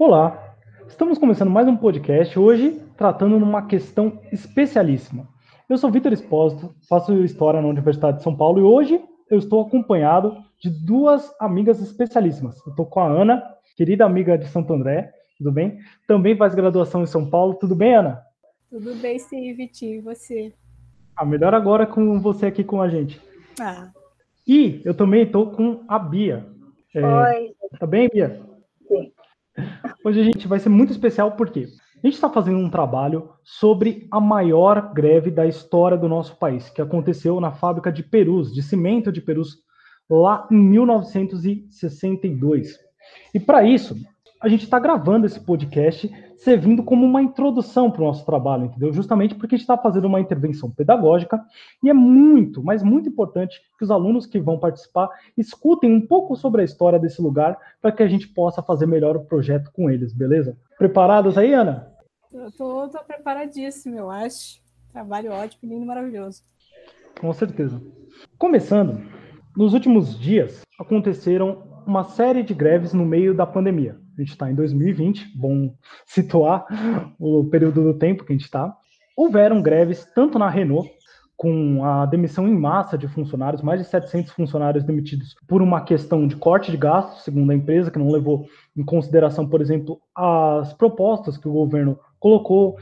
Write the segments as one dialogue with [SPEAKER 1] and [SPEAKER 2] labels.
[SPEAKER 1] Olá, estamos começando mais um podcast hoje tratando de uma questão especialíssima. Eu sou Vitor Espósito, faço História na Universidade de São Paulo e hoje eu estou acompanhado de duas amigas especialíssimas. Eu estou com a Ana, querida amiga de Santo André, tudo bem? Também faz graduação em São Paulo, tudo bem, Ana?
[SPEAKER 2] Tudo bem, sim, Vitinho, e você?
[SPEAKER 1] Melhor agora com você aqui com a gente.
[SPEAKER 2] Ah,
[SPEAKER 1] E eu também estou com a Bia.
[SPEAKER 3] Oi,
[SPEAKER 1] Tá bem, Bia?
[SPEAKER 3] sim.
[SPEAKER 1] Hoje a gente vai ser muito especial porque a gente está fazendo um trabalho sobre a maior greve da história do nosso país, que aconteceu na fábrica de Perus, de cimento de Perus, lá em 1962. E para isso, a gente está gravando esse podcast servindo como uma introdução para o nosso trabalho, entendeu? Justamente porque a gente está fazendo uma intervenção pedagógica e é muito, mas muito importante que os alunos que vão participar escutem um pouco sobre a história desse lugar para que a gente possa fazer melhor o projeto com eles, beleza? Preparadas aí, Ana?
[SPEAKER 2] eu tô preparadíssima, eu acho. Trabalho ótimo, lindo, maravilhoso.
[SPEAKER 1] Com certeza. Começando, nos últimos dias aconteceram uma série de greves no meio da pandemia. A gente está em 2020, bom situar o período do tempo que a gente está. Houveram greves tanto na Renault, com a demissão em massa de funcionários, mais de 700 funcionários demitidos por uma questão de corte de gastos, segundo a empresa, que não levou em consideração, por exemplo, as propostas que o governo colocou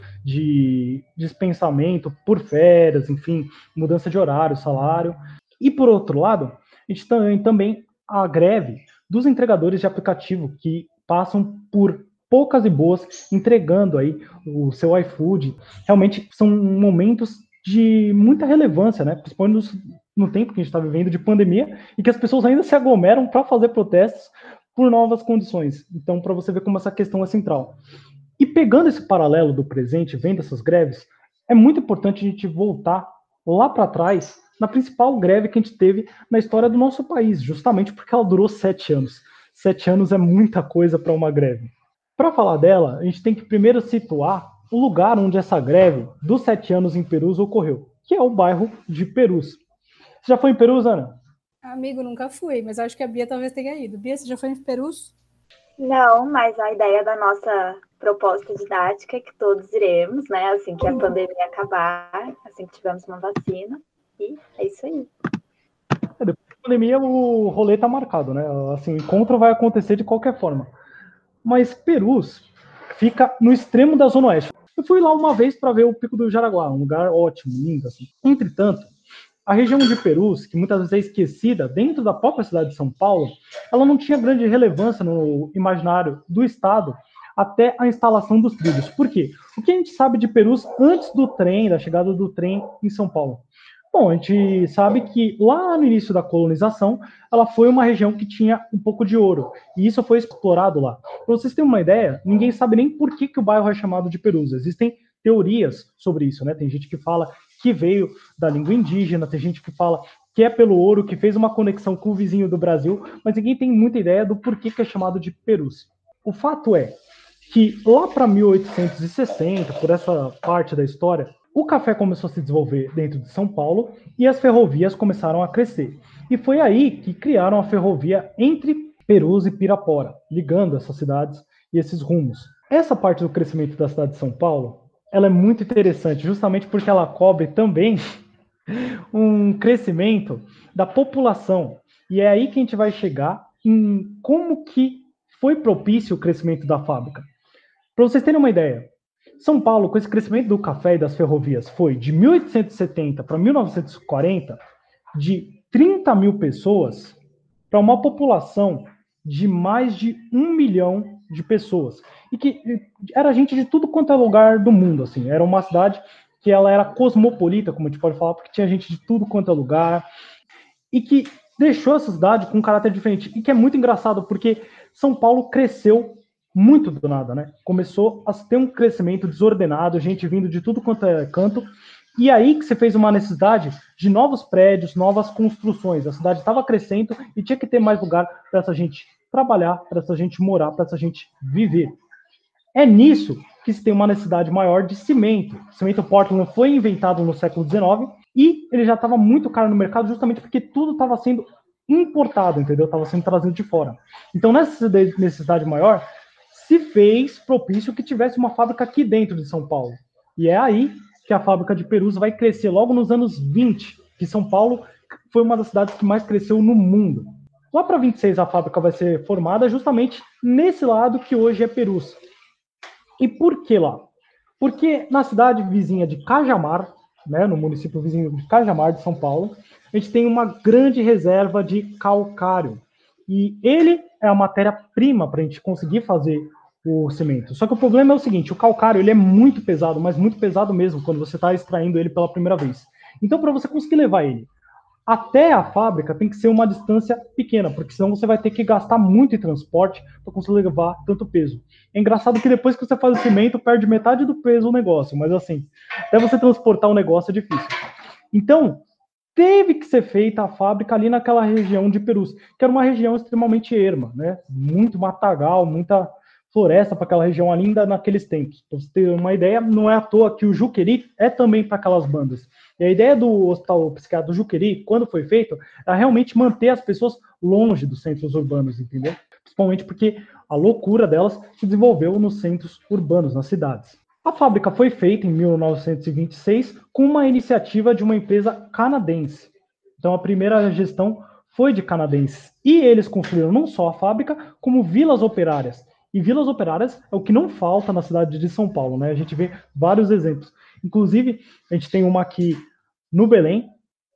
[SPEAKER 1] de dispensamento por férias, enfim, mudança de horário, salário. E, por outro lado, a gente tem também a greve dos entregadores de aplicativo que passam por poucas e boas entregando aí o seu iFood. Realmente são momentos de muita relevância, né? Principalmente no tempo que a gente está vivendo de pandemia e que as pessoas ainda se aglomeram para fazer protestos por novas condições. Então, para você ver como essa questão é central. E pegando esse paralelo do presente, vendo essas greves, é muito importante a gente voltar lá para trás, na principal greve que a gente teve na história do nosso país, justamente porque ela durou 7 anos. 7 anos é muita coisa para uma greve. Para falar dela, a gente tem que primeiro situar o lugar onde essa greve dos 7 anos em Perus ocorreu, que é o bairro de Perus. Você já foi em Perus, Ana?
[SPEAKER 2] Amigo, nunca fui, mas acho que a Bia talvez tenha ido. Bia, você já foi em Perus?
[SPEAKER 3] Não, mas a ideia da nossa proposta didática é que todos iremos, né? Assim que a pandemia acabar, assim que tivermos uma vacina. E é isso aí.
[SPEAKER 1] Depois da pandemia, o rolê tá marcado, né? Assim, o encontro vai acontecer de qualquer forma. Mas Perus fica no extremo da Zona Oeste. Eu fui lá uma vez para ver o Pico do Jaraguá, um lugar ótimo, lindo, assim. Entretanto, a região de Perus, que muitas vezes é esquecida dentro da própria cidade de São Paulo, ela não tinha grande relevância no imaginário do Estado até a instalação dos trilhos. Por quê? O que a gente sabe de Perus antes do trem, da chegada do trem em São Paulo? Bom, a gente sabe que lá no início da colonização, ela foi uma região que tinha um pouco de ouro, e isso foi explorado lá. Para vocês terem uma ideia, ninguém sabe nem por que o bairro é chamado de Perus. Existem teorias sobre isso, né? Tem gente que fala que veio da língua indígena, tem gente que fala que é pelo ouro, que fez uma conexão com o vizinho do Brasil, mas ninguém tem muita ideia do porquê que é chamado de Perus. O fato é que lá para 1860, por essa parte da história, o café começou a se desenvolver dentro de São Paulo e as ferrovias começaram a crescer. E foi aí que criaram a ferrovia entre Perus e Pirapora, ligando essas cidades e esses rumos. Essa parte do crescimento da cidade de São Paulo, ela é muito interessante, justamente porque ela cobre também um crescimento da população. E é aí que a gente vai chegar em como que foi propício o crescimento da fábrica. Para vocês terem uma ideia, São Paulo, com esse crescimento do café e das ferrovias, foi de 1870 para 1940 de 30 mil pessoas para uma população de mais de 1 milhão de pessoas. E que era gente de tudo quanto é lugar do mundo, assim. Era uma cidade que ela era cosmopolita, como a gente pode falar, porque tinha gente de tudo quanto é lugar. E que deixou essa cidade com um caráter diferente. E que é muito engraçado, porque São Paulo cresceu muito do nada, né? Começou a ter um crescimento desordenado, gente vindo de tudo quanto é canto, e aí que você fez uma necessidade de novos prédios, novas construções. A cidade estava crescendo e tinha que ter mais lugar para essa gente trabalhar, para essa gente morar, para essa gente viver. É nisso que se tem uma necessidade maior de cimento. O cimento Portland foi inventado no século XIX e ele já estava muito caro no mercado justamente porque tudo estava sendo importado, entendeu? Estava sendo trazido de fora. Então, nessa necessidade maior, se fez propício que tivesse uma fábrica aqui dentro de São Paulo. E é aí que a fábrica de Perus vai crescer logo nos anos 20, que São Paulo foi uma das cidades que mais cresceu no mundo. Lá para 26 a fábrica vai ser formada justamente nesse lado que hoje é Perus. E por que lá? Porque na cidade vizinha de Cajamar, né, no município vizinho de Cajamar, de São Paulo, a gente tem uma grande reserva de calcário. E ele é a matéria-prima para a gente conseguir fazer o cimento. Só que o problema é o seguinte, o calcário ele é muito pesado, mas muito pesado mesmo, quando você está extraindo ele pela primeira vez. Então, para você conseguir levar ele até a fábrica, tem que ser uma distância pequena, porque senão você vai ter que gastar muito em transporte para conseguir levar tanto peso. É engraçado que depois que você faz o cimento, perde metade do peso o negócio, mas assim, até você transportar o negócio é difícil. Então, teve que ser feita a fábrica ali naquela região de Perus, que era uma região extremamente erma, né? Muito matagal, muita floresta para aquela região ali ainda naqueles tempos. Para você ter uma ideia, não é à toa que o Juqueri é também para aquelas bandas. E a ideia do hospital psiquiátrico do Juqueri, quando foi feito, é realmente manter as pessoas longe dos centros urbanos, entendeu? Principalmente porque a loucura delas se desenvolveu nos centros urbanos, nas cidades. A fábrica foi feita em 1926 com uma iniciativa de uma empresa canadense. Então, a primeira gestão foi de canadenses. E eles construíram não só a fábrica, como vilas operárias. E vilas operárias é o que não falta na cidade de São Paulo, né? A gente vê vários exemplos. Inclusive, a gente tem uma aqui no Belém,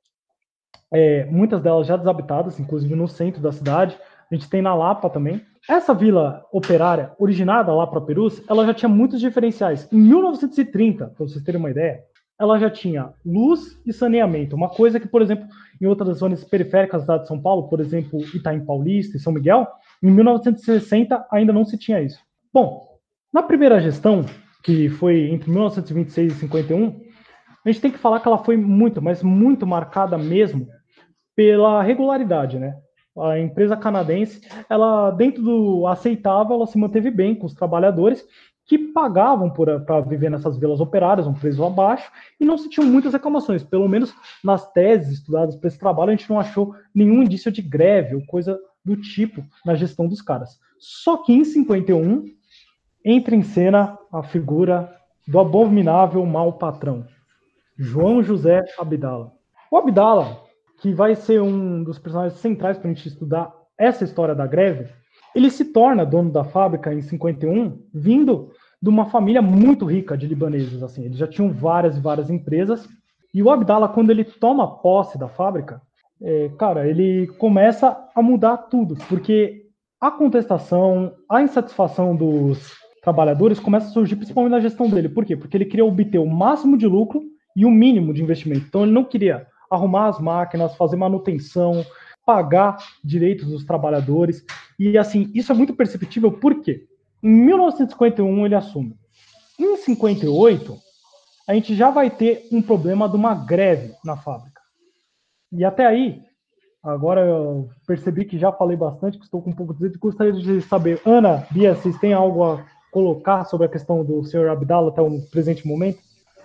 [SPEAKER 1] muitas delas já desabitadas, inclusive no centro da cidade. A gente tem na Lapa também. Essa vila operária, originada lá para Perus, ela já tinha muitos diferenciais. Em 1930, para vocês terem uma ideia, ela já tinha luz e saneamento. Uma coisa que, por exemplo, em outras zonas periféricas da cidade de São Paulo, por exemplo, Itaim Paulista e São Miguel, em 1960 ainda não se tinha isso. Bom, na primeira gestão, que foi entre 1926 e 51, a gente tem que falar que ela foi muito, mas muito marcada mesmo pela regularidade, né? A empresa canadense, ela dentro do aceitável, ela se manteve bem com os trabalhadores que pagavam para viver nessas vilas operárias, um preço abaixo, e não se tinham muitas reclamações. Pelo menos nas teses estudadas para esse trabalho, a gente não achou nenhum indício de greve ou coisa do tipo na gestão dos caras. Só que em 51 entra em cena a figura do abominável mau patrão, João José Abdala. O Abdala, que vai ser um dos personagens centrais para a gente estudar essa história da greve, ele se torna dono da fábrica em 51, vindo de uma família muito rica de libaneses. Assim, eles já tinham várias e várias empresas. E o Abdala, quando ele toma posse da fábrica, cara, ele começa a mudar tudo, porque a contestação, a insatisfação dos trabalhadores começa a surgir principalmente na gestão dele. Por quê? Porque ele queria obter o máximo de lucro e o mínimo de investimento. Então ele não queria arrumar as máquinas, fazer manutenção, pagar direitos dos trabalhadores. E assim, isso é muito perceptível porque em 1951 ele assume. Em 58, a gente já vai ter um problema de uma greve na fábrica. E até aí, agora eu percebi que já falei bastante, que estou com um pouco de desejo, gostaria de saber, Ana, Bia, vocês têm algo a colocar sobre a questão do senhor Abdala até o presente momento?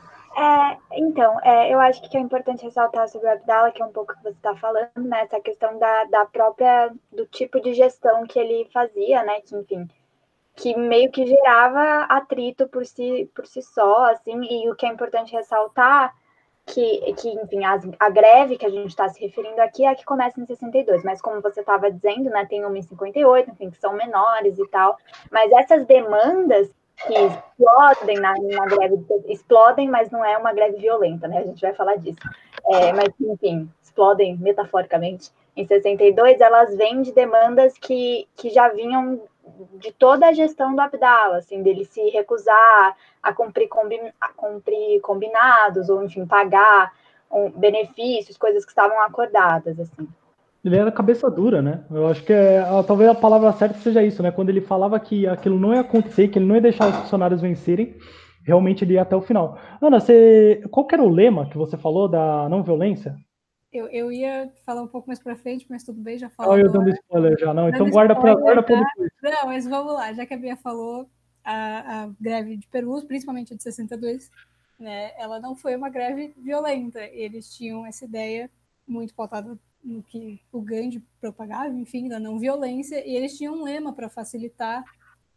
[SPEAKER 3] Eu acho que é importante ressaltar sobre o Abdala, que é um pouco o que você está falando, né? Essa questão da própria, do tipo de gestão que ele fazia, né? Que, enfim, que meio que gerava atrito por si só, assim, e o que é importante ressaltar que enfim, a greve que a gente está se referindo aqui é a que começa em 62, mas como você estava dizendo, né, tem uma em 58, enfim, que são menores e tal, mas essas demandas que explodem na greve, explodem, mas não é uma greve violenta, né, a gente vai falar disso, mas enfim, explodem metaforicamente, em 62, elas vêm de demandas que já vinham de toda a gestão do Abdala, assim, dele se recusar a cumprir combinados, ou, enfim, pagar benefícios, coisas que estavam acordadas, assim.
[SPEAKER 1] Ele era cabeça dura, né? Eu acho que talvez a palavra certa seja isso, né? Quando ele falava que aquilo não ia acontecer, que ele não ia deixar os funcionários vencerem, realmente ele ia até o final. Ana, qual que era o lema que você falou da não violência?
[SPEAKER 2] Eu ia falar um pouco mais para frente, mas tudo bem, já falou.
[SPEAKER 1] Eu dando spoiler já, não. Então guarda para depois.
[SPEAKER 2] Não, mas vamos lá, já que a Bia falou, a greve de Perus, principalmente a de 62, né, ela não foi uma greve violenta. Eles tinham essa ideia muito pautada no que o Gandhi propagava, enfim, da não violência, e eles tinham um lema para facilitar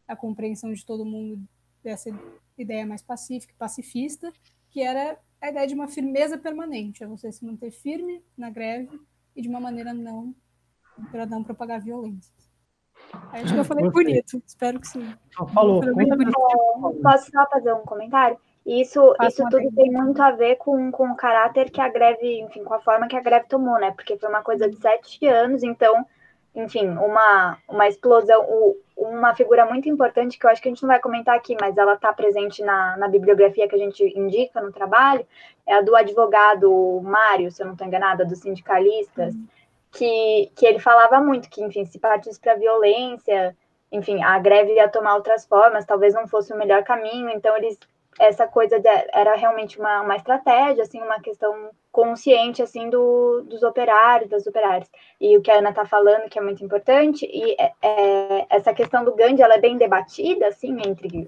[SPEAKER 2] a compreensão de todo mundo dessa ideia mais pacifista, que era a ideia de uma firmeza permanente, é você se manter firme na greve e de uma maneira para não propagar violência. Acho que eu falei bonito, espero que sim.
[SPEAKER 1] Falou.
[SPEAKER 3] Posso só fazer um comentário? Isso tudo tem muito a ver com o caráter que a greve, enfim, com a forma que a greve tomou, né? Porque foi uma coisa de 7 anos, então, enfim, uma explosão, uma figura muito importante que eu acho que a gente não vai comentar aqui, mas ela está presente na bibliografia que a gente indica no trabalho, é a do advogado Mário, se eu não estou enganada, dos sindicalistas, que ele falava muito que, enfim, se partisse para a violência, enfim, a greve ia tomar outras formas, talvez não fosse o melhor caminho, então essa coisa era realmente uma estratégia, assim, uma questão consciente, assim, dos operários, das operárias. E o que a Ana está falando, que é muito importante, e essa questão do Gandhi, ela é bem debatida, assim, entre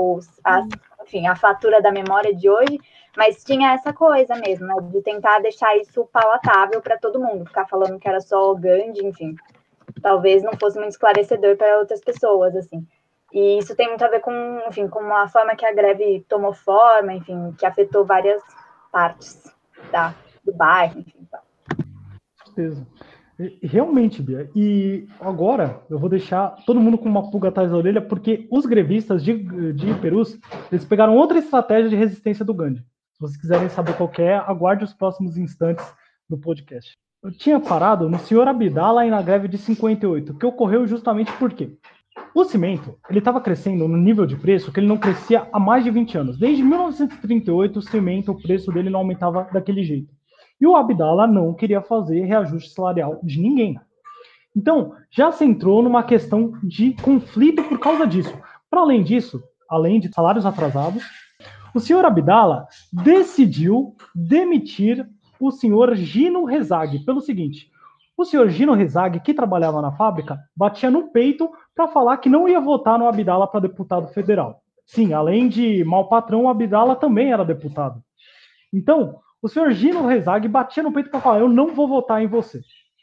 [SPEAKER 3] enfim, a fatura da memória de hoje, mas tinha essa coisa mesmo, né, de tentar deixar isso palatável para todo mundo, ficar falando que era só o Gandhi, enfim, talvez não fosse muito esclarecedor para outras pessoas, assim. E isso tem muito a ver com, enfim, com a forma que a greve tomou forma, enfim, que afetou várias partes do bairro, enfim. Tá.
[SPEAKER 1] Com certeza. Realmente, Bia. E agora eu vou deixar todo mundo com uma pulga atrás da orelha, porque os grevistas de Perus, eles pegaram outra estratégia de resistência do Gandhi. Se vocês quiserem saber qual é, aguarde os próximos instantes do podcast. Eu tinha parado no senhor Abdala e na greve de 58, que ocorreu justamente por quê? O cimento, ele estava crescendo no nível de preço que ele não crescia há mais de 20 anos. Desde 1938, o cimento, o preço dele não aumentava daquele jeito. E o Abdala não queria fazer reajuste salarial de ninguém. Então, já se entrou numa questão de conflito por causa disso. Para além disso, além de salários atrasados, o senhor Abdala decidiu demitir o senhor Gino Rezag pelo seguinte: o senhor Gino Rezag, que trabalhava na fábrica, batia no peito para falar que não ia votar no Abdala para deputado federal. Sim, além de mau patrão, o Abdala também era deputado. Então, o senhor Gino Rezag batia no peito para falar: eu não vou votar em você.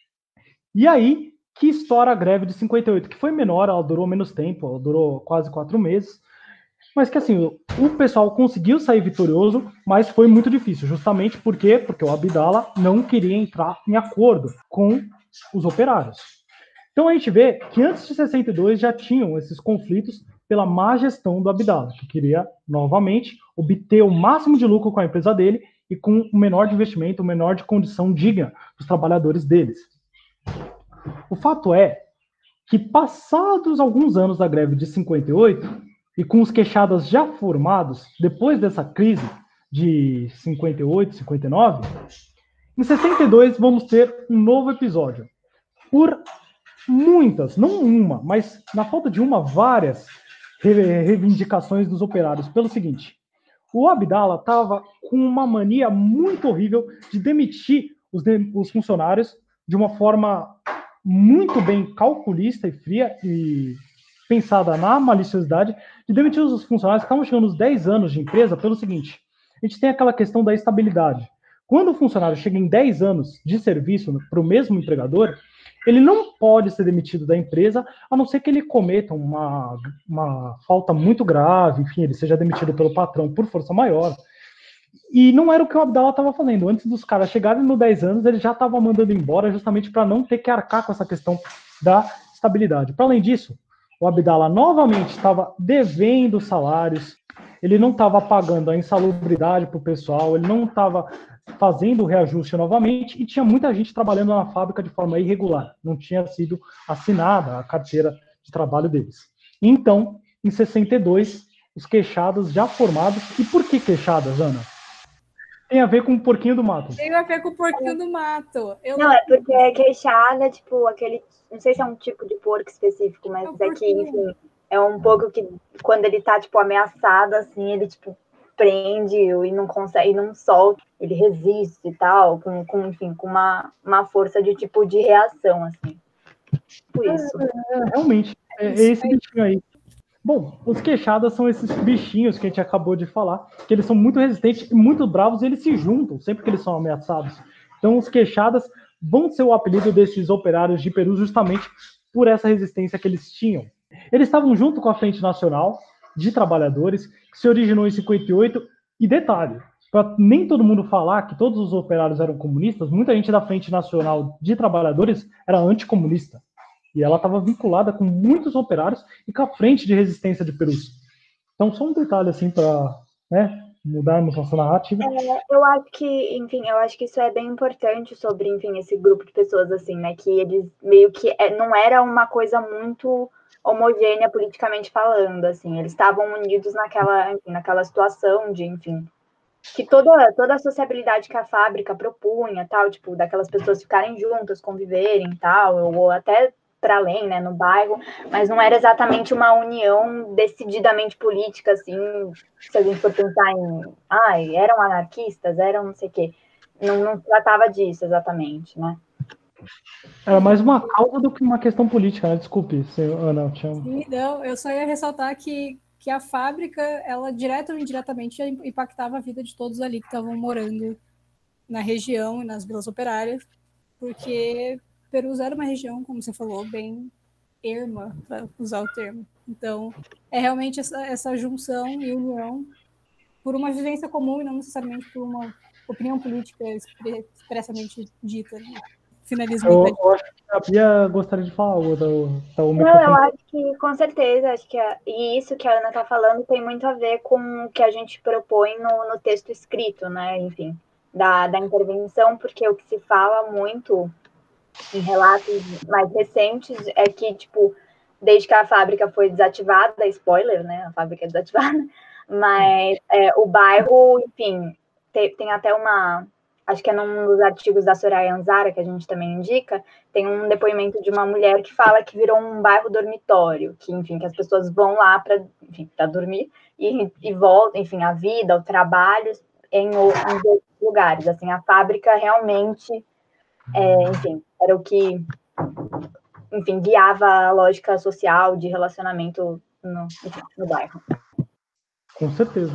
[SPEAKER 1] E aí que estoura a greve de 58, que foi menor, ela durou menos tempo, ela durou quase 4 meses, mas que assim, o pessoal conseguiu sair vitorioso, mas foi muito difícil, justamente porque o Abdala não queria entrar em acordo com os operários. Então a gente vê que antes de 62 já tinham esses conflitos pela má gestão do Abdala, que queria novamente obter o máximo de lucro com a empresa dele e com o menor de investimento, o menor de condição digna dos trabalhadores deles. O fato é que, passados alguns anos da greve de 58, e com os queixadas já formados, depois dessa crise de 58, 59, em 62 vamos ter um novo episódio. Por muitas, não uma, mas na falta de uma, várias reivindicações dos operários pelo seguinte: o Abdala estava com uma mania muito horrível de demitir os funcionários de uma forma muito bem calculista e fria e pensada na maliciosidade, de demitir os funcionários que estavam chegando aos 10 anos de empresa pelo seguinte: a gente tem aquela questão da estabilidade. Quando o funcionário chega em 10 anos de serviço para o mesmo empregador, ele não pode ser demitido da empresa, a não ser que ele cometa uma falta muito grave, enfim, ele seja demitido pelo patrão por força maior. E não era o que o Abdala estava fazendo. Antes dos caras chegarem no 10 anos, ele já estava mandando embora justamente para não ter que arcar com essa questão da estabilidade. Para além disso, o Abdala novamente estava devendo salários, ele não estava pagando a insalubridade para o pessoal, ele não estava fazendo o reajuste novamente e tinha muita gente trabalhando na fábrica de forma irregular. Não tinha sido assinada a carteira de trabalho deles. Então, em 62, os queixadas já formados. E por que queixadas, Ana? Tem a ver com o porquinho do mato.
[SPEAKER 2] Tem a ver com o porquinho do mato.
[SPEAKER 3] Não, é porque queixada, tipo, aquele... Não sei se é um tipo de porco específico, mas é que, enfim, é um porco que, quando ele tá, tipo, ameaçado, assim, ele, tipo, prende e não consegue, não solta, ele resiste e tal, enfim, com uma força de, tipo, de reação, assim. Por isso.
[SPEAKER 1] Realmente, é esse bichinho aí. Bom, os queixadas são esses bichinhos que a gente acabou de falar, que eles são muito resistentes e muito bravos, e eles se juntam sempre que eles são ameaçados. Então, os queixadas vão ser o apelido desses operários de Peru justamente por essa resistência que eles tinham. Eles estavam junto com a Frente Nacional de Trabalhadores, que se originou em 58, e detalhe, para nem todo mundo falar que todos os operários eram comunistas, muita gente da Frente Nacional de Trabalhadores era anticomunista. E ela estava vinculada com muitos operários e com a Frente de Resistência de Perus. Então, só um detalhe assim para, né, mudarmos nossa narrativa.
[SPEAKER 3] Eu acho que, enfim, eu acho que isso é bem importante sobre, enfim, esse grupo de pessoas, assim, né, que eles meio que não era uma coisa muito homogênea politicamente falando, assim, eles estavam unidos naquela situação de, enfim, que toda a sociabilidade que a fábrica propunha, tal, tipo, daquelas pessoas ficarem juntas, conviverem, tal, ou até para além, né, no bairro, mas não era exatamente uma união decididamente política, assim, se a gente for pensar em, eram anarquistas, eram não sei o quê, não tratava disso exatamente, né?
[SPEAKER 1] Era mais uma causa do que uma questão política, né? Desculpe, Ana, eu tinha...
[SPEAKER 2] Sim, não, eu só ia ressaltar que a fábrica, ela direta ou indiretamente impactava a vida de todos ali que estavam morando na região e nas vilas operárias, porque Perus era uma região, como você falou, bem erma, para usar o termo. Então, é realmente essa junção e união por uma vivência comum e não necessariamente por uma opinião política expressamente dita. Né? Finalismo.
[SPEAKER 1] Eu acho que a Bia gostaria de falar algo.
[SPEAKER 3] Não, eu acho que, com certeza, acho que e isso que a Ana está falando tem muito a ver com o que a gente propõe no texto escrito, né? Enfim, da intervenção, porque o que se fala muito em relatos mais recentes é que, tipo, desde que a fábrica foi desativada, spoiler, né? A fábrica é desativada, mas o bairro, enfim, tem até acho que é num dos artigos da Soraya Anzara, que a gente também indica, tem um depoimento de uma mulher que fala que virou um bairro dormitório, que, enfim, que as pessoas vão lá para dormir e voltam, enfim, a vida, o trabalho em outros lugares. Assim, a fábrica realmente, enfim, era o que, enfim, guiava a lógica social de relacionamento no bairro.
[SPEAKER 1] Com certeza.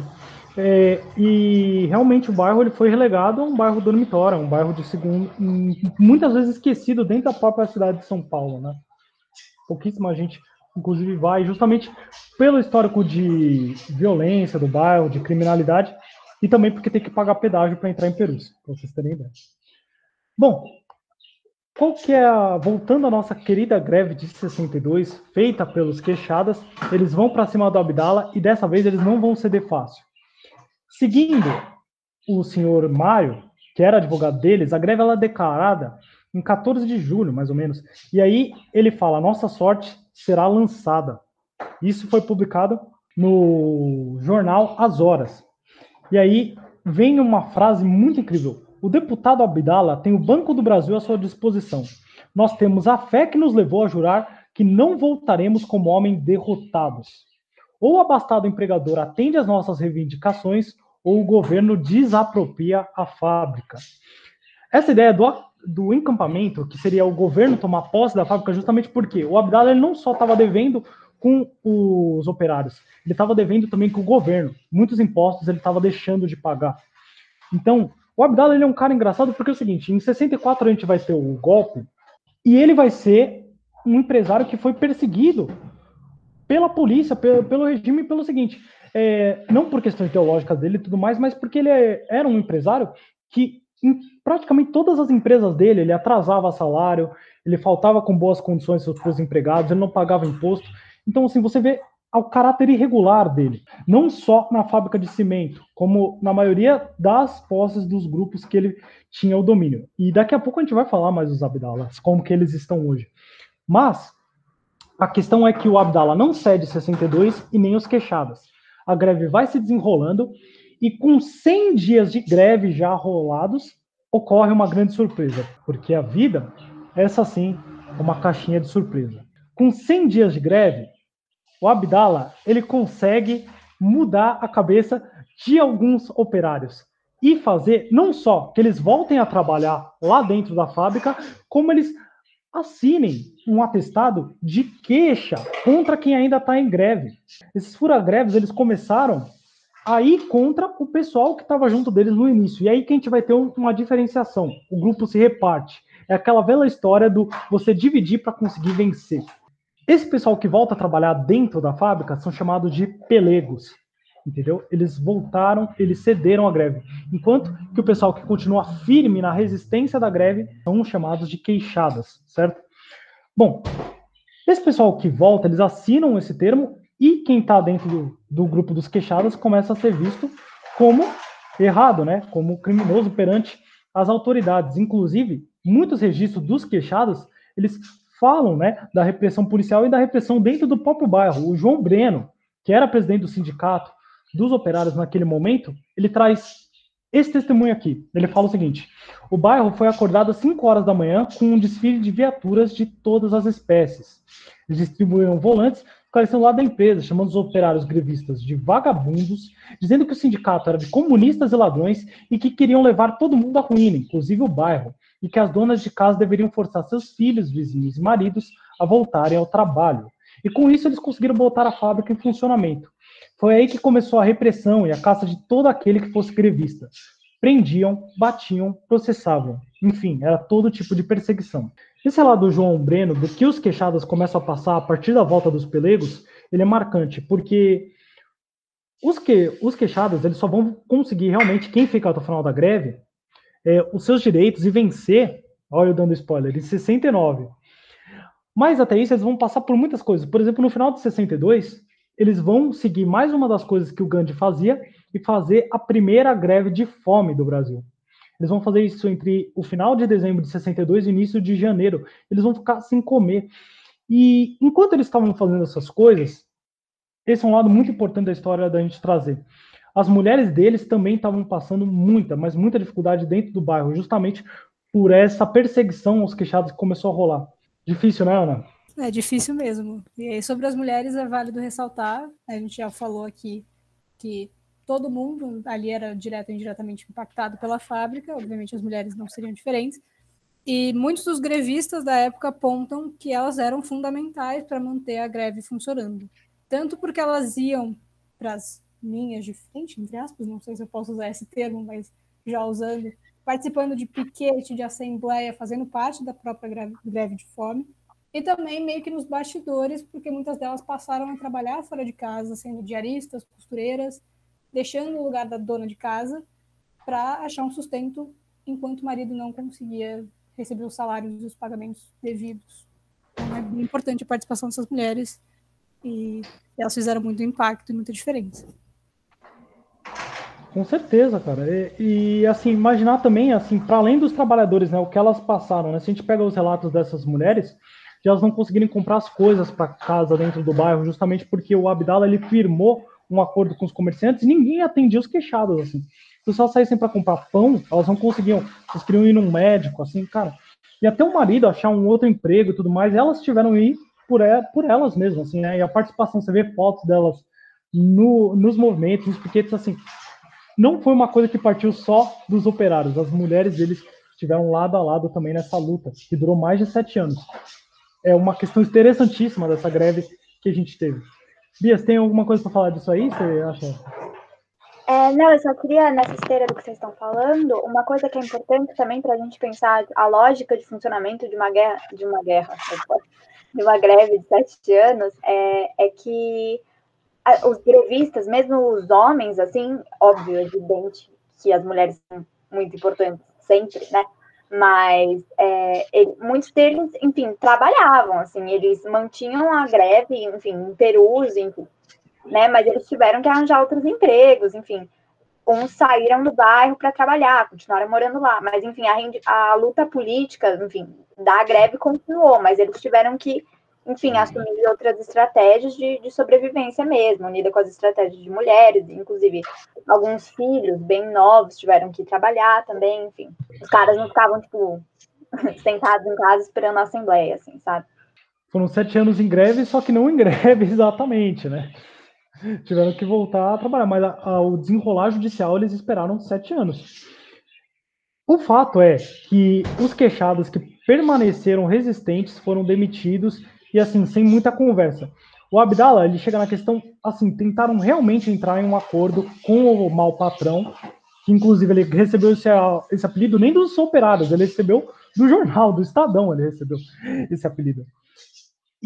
[SPEAKER 1] E realmente o bairro ele foi relegado a um bairro dormitório, um bairro de segundo, muitas vezes esquecido dentro da própria cidade de São Paulo, né? Pouquíssima gente, inclusive, vai justamente pelo histórico de violência do bairro, de criminalidade, e também porque tem que pagar pedágio para entrar em Perus, para vocês terem ideia. Bom, qual que é voltando à nossa querida greve de 62, feita pelos queixadas, eles vão para cima do Abdala e dessa vez eles não vão ceder fácil. Seguindo o senhor Mário, que era advogado deles, a greve ela é declarada em 14 de julho, mais ou menos. E aí ele fala, nossa sorte será lançada. Isso foi publicado no jornal As Horas. E aí vem uma frase muito incrível. O deputado Abdala tem o Banco do Brasil à sua disposição. Nós temos a fé que nos levou a jurar que não voltaremos como homens derrotados. Ou o abastado empregador atende às nossas reivindicações, ou o governo desapropria a fábrica. Essa ideia do encampamento, que seria o governo tomar posse da fábrica, justamente porque o Abdala ele não só estava devendo com os operários, ele estava devendo também com o governo. Muitos impostos ele estava deixando de pagar. Então, o Abdala ele é um cara engraçado porque é o seguinte, em 64 a gente vai ter o golpe e ele vai ser um empresário que foi perseguido pela polícia, pelo regime, pelo seguinte, não por questões ideológicas dele e tudo mais, mas porque ele era um empresário que em praticamente todas as empresas dele, ele atrasava salário, ele faltava com boas condições para os empregados, ele não pagava imposto. Então, assim, você vê o caráter irregular dele, não só na fábrica de cimento, como na maioria das posses dos grupos que ele tinha o domínio. E daqui a pouco a gente vai falar mais dos Abdalas, como que eles estão hoje. Mas a questão é que o Abdala não cede 62 e nem os queixadas. A greve vai se desenrolando e com 100 dias de greve já rolados, ocorre uma grande surpresa, porque a vida, essa sim, é uma caixinha de surpresa. Com 100 dias de greve, o Abdala ele consegue mudar a cabeça de alguns operários e fazer não só que eles voltem a trabalhar lá dentro da fábrica, como eles assinem um atestado de queixa contra quem ainda está em greve. Esses fura-greves, eles começaram a ir contra o pessoal que estava junto deles no início. E aí que a gente vai ter uma diferenciação. O grupo se reparte. É aquela velha história do você dividir para conseguir vencer. Esse pessoal que volta a trabalhar dentro da fábrica são chamados de pelegos, entendeu? Eles voltaram, eles cederam à greve. Enquanto que o pessoal que continua firme na resistência da greve são chamados de queixadas, certo? Bom, esse pessoal que volta, eles assinam esse termo e quem está dentro do grupo dos queixadas começa a ser visto como errado, né? Como criminoso perante as autoridades. Inclusive, muitos registros dos queixadas, eles falam, né, da repressão policial e da repressão dentro do próprio bairro. O João Breno, que era presidente do sindicato dos operários naquele momento, ele traz esse testemunho aqui. Ele fala o seguinte: o bairro foi acordado às 5 horas da manhã com um desfile de viaturas de todas as espécies. Eles distribuíram volantes, esclarecendo lá da empresa, chamando os operários grevistas de vagabundos, dizendo que o sindicato era de comunistas e ladrões e que queriam levar todo mundo à ruína, inclusive o bairro, e que as donas de casa deveriam forçar seus filhos, vizinhos e maridos a voltarem ao trabalho. E com isso eles conseguiram botar a fábrica em funcionamento. Foi aí que começou a repressão e a caça de todo aquele que fosse grevista. Prendiam, batiam, processavam. Enfim, era todo tipo de perseguição. Esse relato do João Breno, do que os queixadas começam a passar a partir da volta dos pelegos, ele é marcante, porque os queixadas, eles só vão conseguir realmente, quem fica até o final da greve, os seus direitos e vencer, olha eu dando spoiler, em 69. Mas até isso eles vão passar por muitas coisas. Por exemplo, no final de 62, eles vão seguir mais uma das coisas que o Gandhi fazia e fazer a primeira greve de fome do Brasil. Eles vão fazer isso entre o final de dezembro de 62 e o início de janeiro. Eles vão ficar sem comer. E enquanto eles estavam fazendo essas coisas, esse é um lado muito importante da história da gente trazer. As mulheres deles também estavam passando muita, mas muita dificuldade dentro do bairro, justamente por essa perseguição aos queixados que começou a rolar. Difícil, né, Ana?
[SPEAKER 2] É difícil mesmo. E aí, sobre as mulheres, é válido ressaltar, a gente já falou aqui que todo mundo ali era direto ou indiretamente impactado pela fábrica, obviamente as mulheres não seriam diferentes, e muitos dos grevistas da época apontam que elas eram fundamentais para manter a greve funcionando. Tanto porque elas iam para as linhas de frente, entre aspas, não sei se eu posso usar esse termo, mas já usando, participando de piquete, de assembleia, fazendo parte da própria greve de fome, e também meio que nos bastidores, porque muitas delas passaram a trabalhar fora de casa, sendo diaristas, costureiras, deixando o lugar da dona de casa para achar um sustento enquanto o marido não conseguia receber os salários e os pagamentos devidos. Então é bem importante a participação dessas mulheres e elas fizeram muito impacto e muita diferença.
[SPEAKER 1] Com certeza, cara. E assim, imaginar também, assim, para além dos trabalhadores, né, o que elas passaram, né? Se a gente pega os relatos dessas mulheres, de elas não conseguirem comprar as coisas para casa dentro do bairro, justamente porque o Abdala, ele firmou um acordo com os comerciantes e ninguém atendia os queixados, assim. Se só saíssem para comprar pão, elas não conseguiam. Eles queriam ir num médico, assim, cara. E até o marido achar um outro emprego e tudo mais, elas tiveram que ir por elas mesmas, assim, né? E a participação, você vê fotos delas nos movimentos, nos piquetes, assim. Não foi uma coisa que partiu só dos operários. As mulheres deles estiveram lado a lado também nessa luta, que durou mais de 7 anos. É uma questão interessantíssima dessa greve que a gente teve. Bia, você tem alguma coisa para falar disso aí? Você acha?
[SPEAKER 3] Não, eu só queria, nessa esteira do que vocês estão falando, uma coisa que é importante também para a gente pensar a lógica de funcionamento de uma greve de 7 anos, é que os grevistas, mesmo os homens, assim, óbvio, evidente que as mulheres são muito importantes sempre, né? Mas muitos deles, enfim, trabalhavam, assim, eles mantinham a greve, enfim, em Perus, enfim, né? Mas eles tiveram que arranjar outros empregos, enfim. Uns saíram do bairro para trabalhar, continuaram morando lá, mas, enfim, a luta política, enfim, da greve continuou, mas eles tiveram que, enfim, assumir outras estratégias de sobrevivência mesmo, unida com as estratégias de mulheres, inclusive alguns filhos bem novos tiveram que trabalhar também, enfim. Os caras não ficavam, tipo, sentados em casa esperando a assembleia, assim, sabe?
[SPEAKER 1] Foram 7 anos em greve, só que não em greve exatamente, né? Tiveram que voltar a trabalhar, mas o desenrolar judicial eles esperaram 7 anos. O fato é que os queixados que permaneceram resistentes foram demitidos e assim, sem muita conversa. O Abdala, ele chega na questão, assim, tentaram realmente entrar em um acordo com o mau patrão, que inclusive ele recebeu esse apelido nem dos operários, ele recebeu do jornal, do Estadão, ele recebeu esse apelido.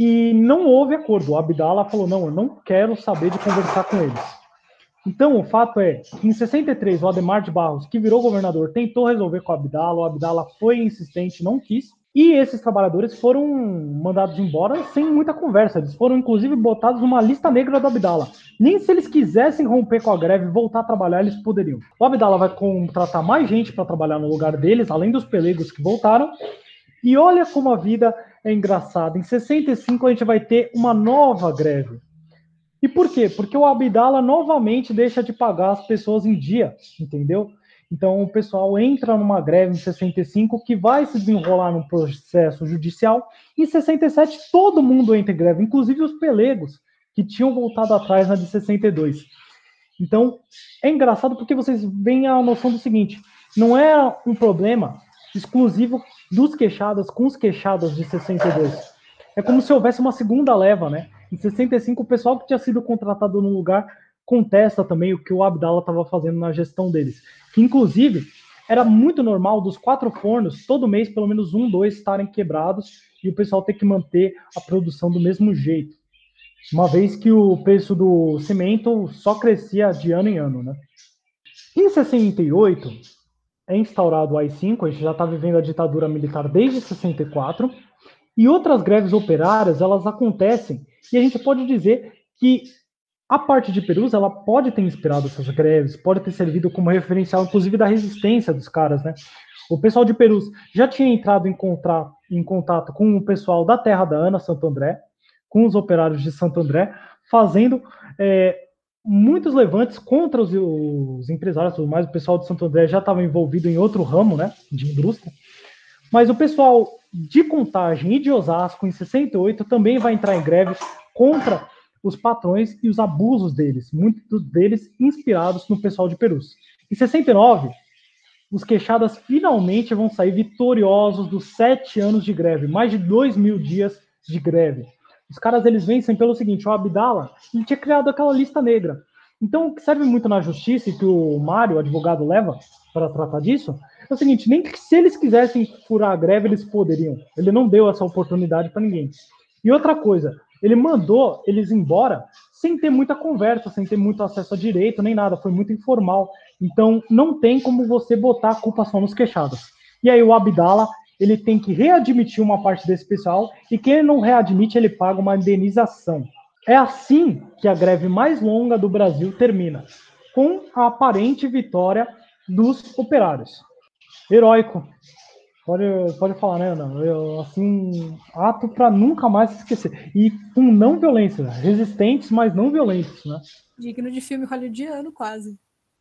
[SPEAKER 1] e não houve acordo. O Abdala falou, não, eu não quero saber de conversar com eles. Então, o fato é que em 63, o Adhemar de Barros, que virou governador, tentou resolver com o Abdala foi insistente, não quis, e esses trabalhadores foram mandados embora sem muita conversa. Eles foram, inclusive, botados numa lista negra do Abdala. Nem se eles quisessem romper com a greve e voltar a trabalhar, eles poderiam. O Abdala vai contratar mais gente para trabalhar no lugar deles, além dos pelegos que voltaram. E olha como a vida é engraçada. Em 65, a gente vai ter uma nova greve. E por quê? Porque o Abdala novamente deixa de pagar as pessoas em dia, entendeu? Então o pessoal entra numa greve em 65 que vai se desenrolar num processo judicial. Em 67 todo mundo entra em greve, inclusive os pelegos, que tinham voltado atrás na de 62. Então é engraçado porque vocês veem a noção do seguinte, não é um problema exclusivo dos queixadas com os queixadas de 62. É como se houvesse uma segunda leva, né? Em 65, o pessoal que tinha sido contratado no lugar contesta também o que o Abdala estava fazendo na gestão deles. Que, inclusive, era muito normal dos 4 fornos, todo mês, pelo menos 1, 2 estarem quebrados e o pessoal ter que manter a produção do mesmo jeito. Uma vez que o preço do cimento só crescia de ano em ano, né? Em 68, é instaurado o AI-5, a gente já está vivendo a ditadura militar desde 64, e outras greves operárias, elas acontecem, e a gente pode dizer que a parte de Perus, ela pode ter inspirado essas greves, pode ter servido como referencial, inclusive, da resistência dos caras, né? O pessoal de Perus já tinha entrado em contato com o pessoal da terra da Ana, Santo André, com os operários de Santo André, fazendo muitos levantes contra os empresários, tudo mais. O pessoal de Santo André já estava envolvido em outro ramo, né, de indústria. Mas o pessoal de Contagem e de Osasco, em 68, também vai entrar em greve contra os patrões e os abusos deles, muitos deles inspirados no pessoal de Perus. Em 69, os queixadas finalmente vão sair vitoriosos dos 7 anos de greve, mais de 2.000 dias de greve. Os caras, eles vencem pelo seguinte, o Abdala, ele tinha criado aquela lista negra. Então, o que serve muito na justiça e que o Mário, o advogado, leva para tratar disso, é o seguinte, nem que se eles quisessem furar a greve, eles poderiam. Ele não deu essa oportunidade para ninguém. E outra coisa, ele mandou eles embora sem ter muita conversa, sem ter muito acesso a direito, nem nada, foi muito informal. Então, não tem como você botar a culpa só nos queixados. E aí o Abdala, ele tem que readmitir uma parte desse pessoal, e quem ele não readmite, ele paga uma indenização. É assim que a greve mais longa do Brasil termina, com a aparente vitória dos operários. Heróico. Pode falar, né, Ana? Assim, ato para nunca mais se esquecer. E com não violência, resistentes, mas não violentos, né?
[SPEAKER 2] Digno de filme hollywoodiano, quase.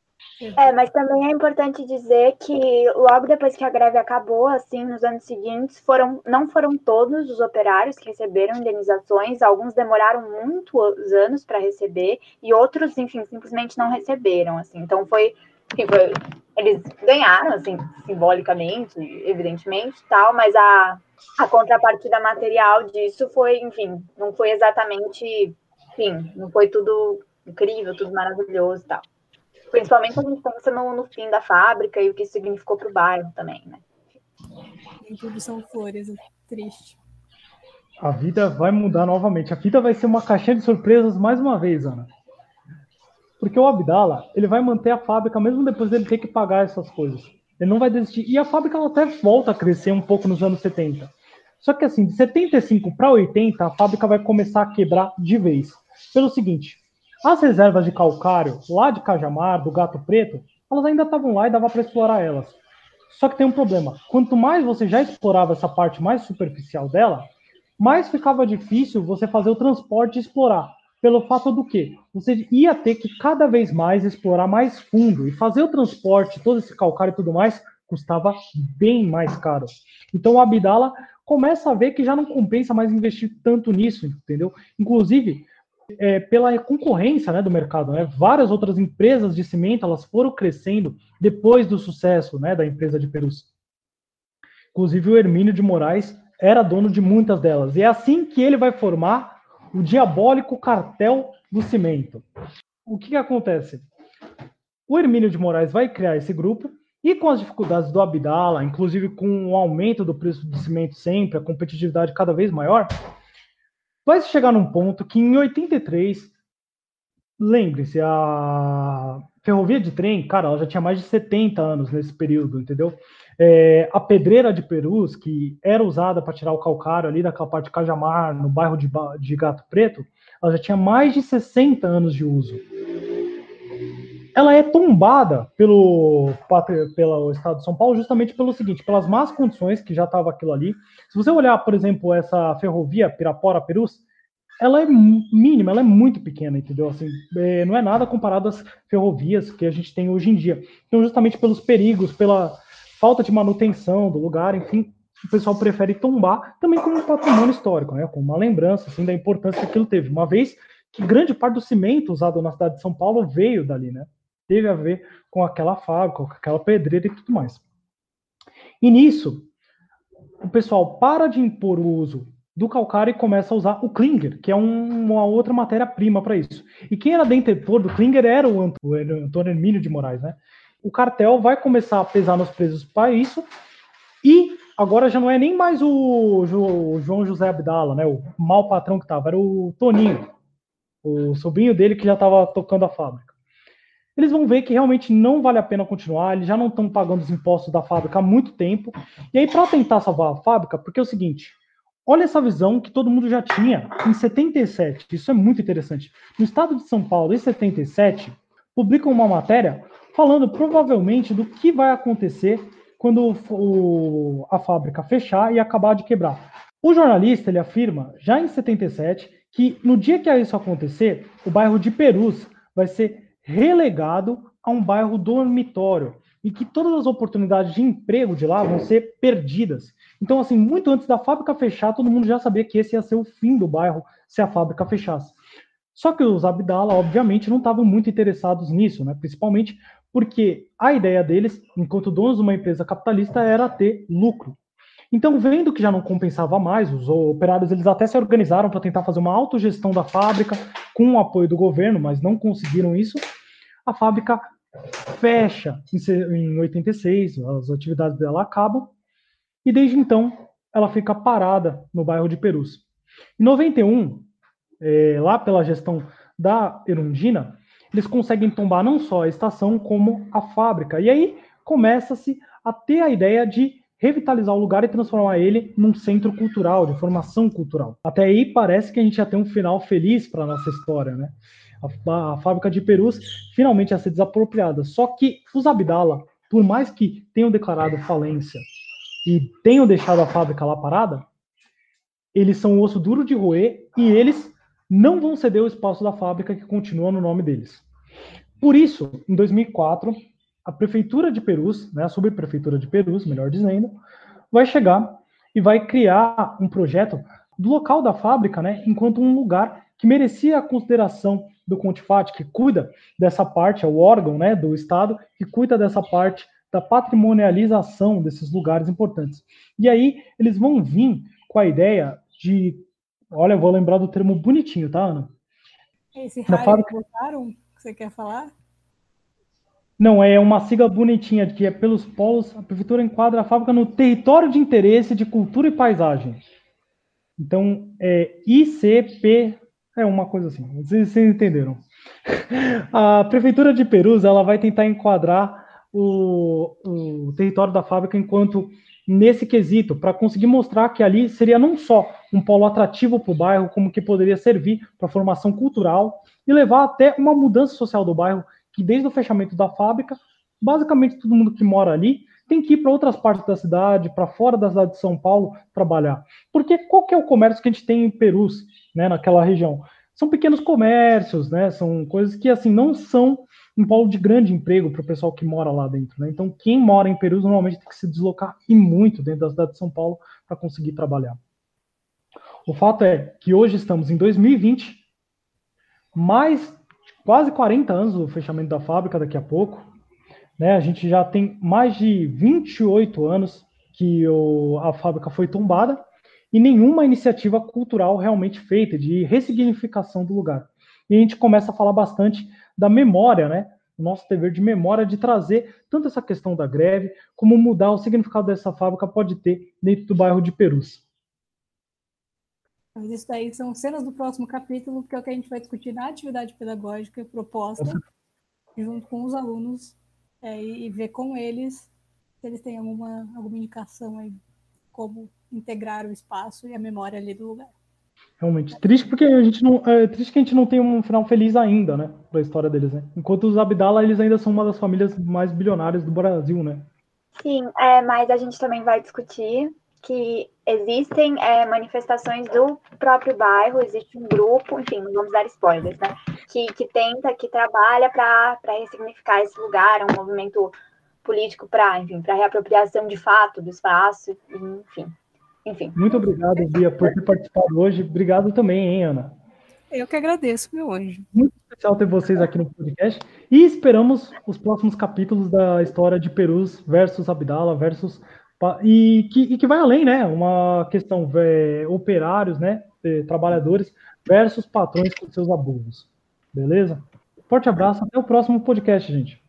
[SPEAKER 3] Mas também é importante dizer que logo depois que a greve acabou, assim, nos anos seguintes, não foram todos os operários que receberam indenizações, alguns demoraram muitos anos para receber, e outros, enfim, simplesmente não receberam, assim. Então eles ganharam, assim, simbolicamente, evidentemente, tal, mas a contrapartida material disso foi, enfim, não foi exatamente, enfim, não foi tudo incrível, tudo maravilhoso e tal. Principalmente a gente pensa no fim da fábrica e o que isso significou para o bairro também, né?
[SPEAKER 2] Nem tudo são flores, é triste.
[SPEAKER 1] A vida vai mudar novamente. A vida vai ser uma caixinha de surpresas mais uma vez, Ana. Porque o Abdala, ele vai manter a fábrica mesmo depois dele ter que pagar essas coisas. Ele não vai desistir. E a fábrica ela até volta a crescer um pouco nos anos 70. Só que assim, de 75 para 80, a fábrica vai começar a quebrar de vez. Pelo seguinte, as reservas de calcário, lá de Cajamar, do Gato Preto, elas ainda estavam lá e dava para explorar elas. Só que tem um problema. Quanto mais você já explorava essa parte mais superficial dela, mais ficava difícil você fazer o transporte e explorar. Pelo fato do quê? Você ia ter que cada vez mais explorar mais fundo. E fazer o transporte, todo esse calcário e tudo mais, custava bem mais caro. Então o Abdala começa a ver que já não compensa mais investir tanto nisso, entendeu? Inclusive, pela concorrência, né, do mercado, né? Várias outras empresas de cimento elas foram crescendo depois do sucesso, né, da empresa de Perus. Inclusive o Hermínio de Moraes era dono de muitas delas. E é assim que ele vai formar o diabólico cartel do cimento. O que acontece? O Hermínio de Moraes vai criar esse grupo e com as dificuldades do Abdala, inclusive com o aumento do preço do cimento sempre, a competitividade cada vez maior, vai chegar num ponto que em 83, lembre-se, a ferrovia de trem, cara, ela já tinha mais de 70 anos nesse período, entendeu? A pedreira de Perus, que era usada para tirar o calcário ali daquela parte de Cajamar, no bairro de Gato Preto, ela já tinha mais de 60 anos de uso. Ela é tombada pelo Estado de São Paulo justamente pelo seguinte, pelas más condições que já estava aquilo ali. Se você olhar, por exemplo, essa ferrovia Pirapora-Perus, ela é mínima, ela é muito pequena, entendeu? Assim, não é nada comparado às ferrovias que a gente tem hoje em dia. Então, justamente pelos perigos, pela falta de manutenção do lugar, enfim, o pessoal prefere tombar também como um patrimônio histórico, né? Como uma lembrança assim, da importância que aquilo teve. Uma vez que grande parte do cimento usado na cidade de São Paulo veio dali, né? Teve a ver com aquela fábrica, com aquela pedreira e tudo mais. E nisso, o pessoal para de impor o uso do calcário e começa a usar o Klinger, que é uma outra matéria-prima para isso. E quem era detentor do Klinger era o Antônio Hermínio de Moraes, né? O cartel vai começar a pesar nos preços para isso, e agora já não é nem mais o João José Abdala, né? O mau patrão que estava, era o Toninho, o sobrinho dele que já estava tocando a fábrica. Eles vão ver que realmente não vale a pena continuar, eles já não estão pagando os impostos da fábrica há muito tempo. E aí, para tentar salvar a fábrica, porque é o seguinte, olha essa visão que todo mundo já tinha em 77, isso é muito interessante. No estado de São Paulo, em 77, publicam uma matéria falando provavelmente do que vai acontecer quando a fábrica fechar e acabar de quebrar. O jornalista, ele afirma, já em 77, que no dia que isso acontecer, o bairro de Perus vai ser relegado a um bairro dormitório e que todas as oportunidades de emprego de lá vão ser perdidas. Então, assim, muito antes da fábrica fechar, todo mundo já sabia que esse ia ser o fim do bairro se a fábrica fechasse. Só que os Abdala, obviamente, não estavam muito interessados nisso, né? Principalmente porque a ideia deles, enquanto donos de uma empresa capitalista, era ter lucro. Então, vendo que já não compensava mais, os operários eles até se organizaram para tentar fazer uma autogestão da fábrica com o apoio do governo, mas não conseguiram isso. A fábrica fecha em 86, as atividades dela acabam, e desde então ela fica parada no bairro de Perus. Em 91, lá pela gestão da Erundina, eles conseguem tombar não só a estação, como a fábrica. E aí começa-se a ter a ideia de revitalizar o lugar e transformar ele num centro cultural, de formação cultural. Até aí parece que a gente já tem um final feliz para a nossa história, né? A fábrica de Perus finalmente ia ser desapropriada. Só que os Abdala, por mais que tenham declarado falência e tenham deixado a fábrica lá parada, eles são o osso duro de roer e eles não vão ceder o espaço da fábrica que continua no nome deles. Por isso, em 2004, a prefeitura de Perus, né, a subprefeitura de Perus, melhor dizendo, vai chegar e vai criar um projeto do local da fábrica, né, enquanto um lugar que merecia a consideração do Contifat, que cuida dessa parte, é o órgão, né, do Estado, que cuida dessa parte da patrimonialização desses lugares importantes. E aí eles vão vir com a ideia de, olha, eu vou lembrar do termo bonitinho, tá, Ana?
[SPEAKER 2] Esse raio que botaram, que você quer falar?
[SPEAKER 1] Não, é uma sigla bonitinha, que é pelos polos, a prefeitura enquadra a fábrica no território de interesse de cultura e paisagem. Então, é ICP, é uma coisa assim, vocês entenderam. A prefeitura de Perus, ela vai tentar enquadrar o território da fábrica enquanto nesse quesito, para conseguir mostrar que ali seria não só um polo atrativo para o bairro, como que poderia servir para a formação cultural e levar até uma mudança social do bairro, que desde o fechamento da fábrica, basicamente todo mundo que mora ali tem que ir para outras partes da cidade, para fora da cidade de São Paulo, trabalhar. Porque qual que é o comércio que a gente tem em Perus, né, naquela região? São pequenos comércios, né? São coisas que assim não são um polo de grande emprego para o pessoal que mora lá dentro, né? Então, quem mora em Perus normalmente tem que se deslocar e muito dentro da cidade de São Paulo para conseguir trabalhar. O fato é que hoje estamos em 2020, mais quase 40 anos do fechamento da fábrica daqui a pouco, né? A gente já tem mais de 28 anos que a fábrica foi tombada e nenhuma iniciativa cultural realmente feita de ressignificação do lugar. E a gente começa a falar bastante da memória, né? O nosso dever de memória de trazer tanto essa questão da greve, como mudar o significado dessa fábrica pode ter dentro do bairro de Perus.
[SPEAKER 2] Mas isso daí são cenas do próximo capítulo, que é o que a gente vai discutir na atividade pedagógica proposta, junto com os alunos, e ver com eles se eles têm alguma indicação aí, como integrar o espaço e a memória ali do lugar.
[SPEAKER 1] Realmente triste porque a gente não é triste que a gente não tem um final feliz ainda, né, para a história deles, né? Enquanto os Abdala, eles ainda são uma das famílias mais bilionárias do Brasil, né?
[SPEAKER 3] Sim, mas a gente também vai discutir que existem manifestações do próprio bairro, existe um grupo, enfim, não vamos dar spoilers, né? Que trabalha para ressignificar esse lugar, um movimento político para reapropriação de fato do espaço, enfim.
[SPEAKER 1] Muito obrigado, Bia, por ter participado hoje. Obrigado também, hein, Ana?
[SPEAKER 2] Eu que agradeço, meu anjo.
[SPEAKER 1] Muito especial ter vocês aqui no podcast e esperamos os próximos capítulos da história de Perus versus Abdala versus e que vai além, né? Uma questão operários, né? Trabalhadores versus patrões com seus abusos. Beleza? Forte abraço, até o próximo podcast, gente.